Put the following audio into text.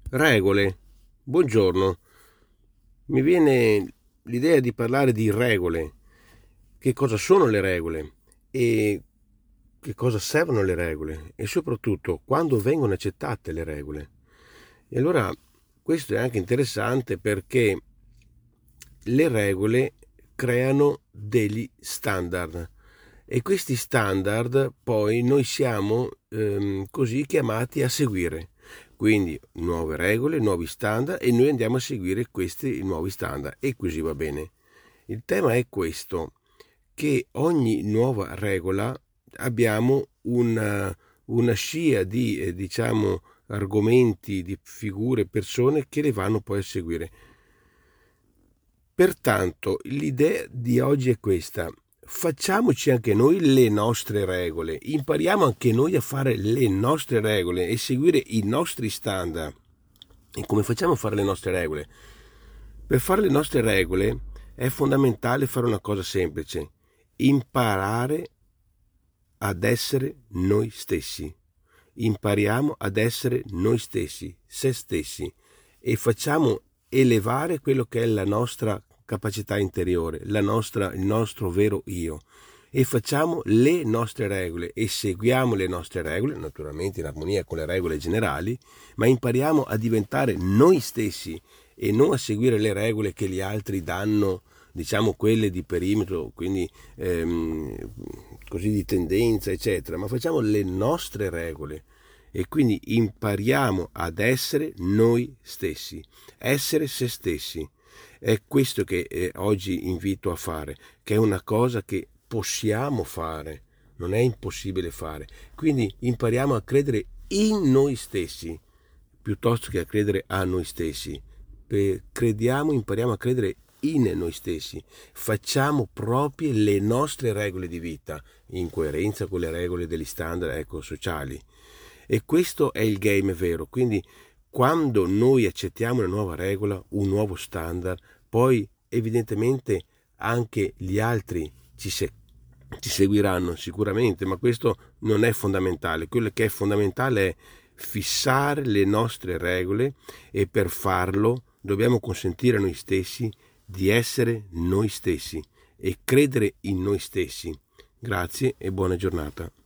Regole. Buongiorno. Mi viene l'idea di parlare di regole. Che cosa sono le regole e che cosa servono le regole e soprattutto quando vengono accettate le regole. E allora questo è anche interessante perché le regole creano degli standard e questi standard poi noi siamo così chiamati a seguire. Quindi nuove regole, nuovi standard e noi andiamo a seguire questi nuovi standard e così va bene. Il tema è questo, che ogni nuova regola abbiamo una scia di diciamo argomenti, di figure, persone che le vanno poi a seguire. Pertanto l'idea di oggi è questa: facciamoci anche noi le nostre regole, impariamo anche noi a fare le nostre regole e seguire i nostri standard. E come facciamo a fare le nostre regole? Per fare le nostre regole è fondamentale fare una cosa semplice: imparare ad essere noi stessi. Impariamo ad essere noi stessi, se stessi, e facciamo elevare quello che è la nostra capacità interiore, il nostro vero io, e facciamo le nostre regole e seguiamo le nostre regole, naturalmente in armonia con le regole generali, ma impariamo a diventare noi stessi e non a seguire le regole che gli altri danno, diciamo quelle di perimetro, quindi così di tendenza, eccetera, ma facciamo le nostre regole e quindi impariamo ad essere noi stessi, essere se stessi. È questo che oggi invito a fare, che è una cosa che possiamo fare, non è impossibile fare. Quindi impariamo a credere in noi stessi piuttosto che a credere a noi stessi. Impariamo a credere in noi stessi, facciamo proprie le nostre regole di vita in coerenza con le regole degli standard sociali. E questo è il game vero. Quindi quando noi accettiamo una nuova regola, un nuovo standard, poi evidentemente anche gli altri ci seguiranno sicuramente, ma questo non è fondamentale. Quello che è fondamentale è fissare le nostre regole e per farlo dobbiamo consentire a noi stessi di essere noi stessi e credere in noi stessi. Grazie e buona giornata.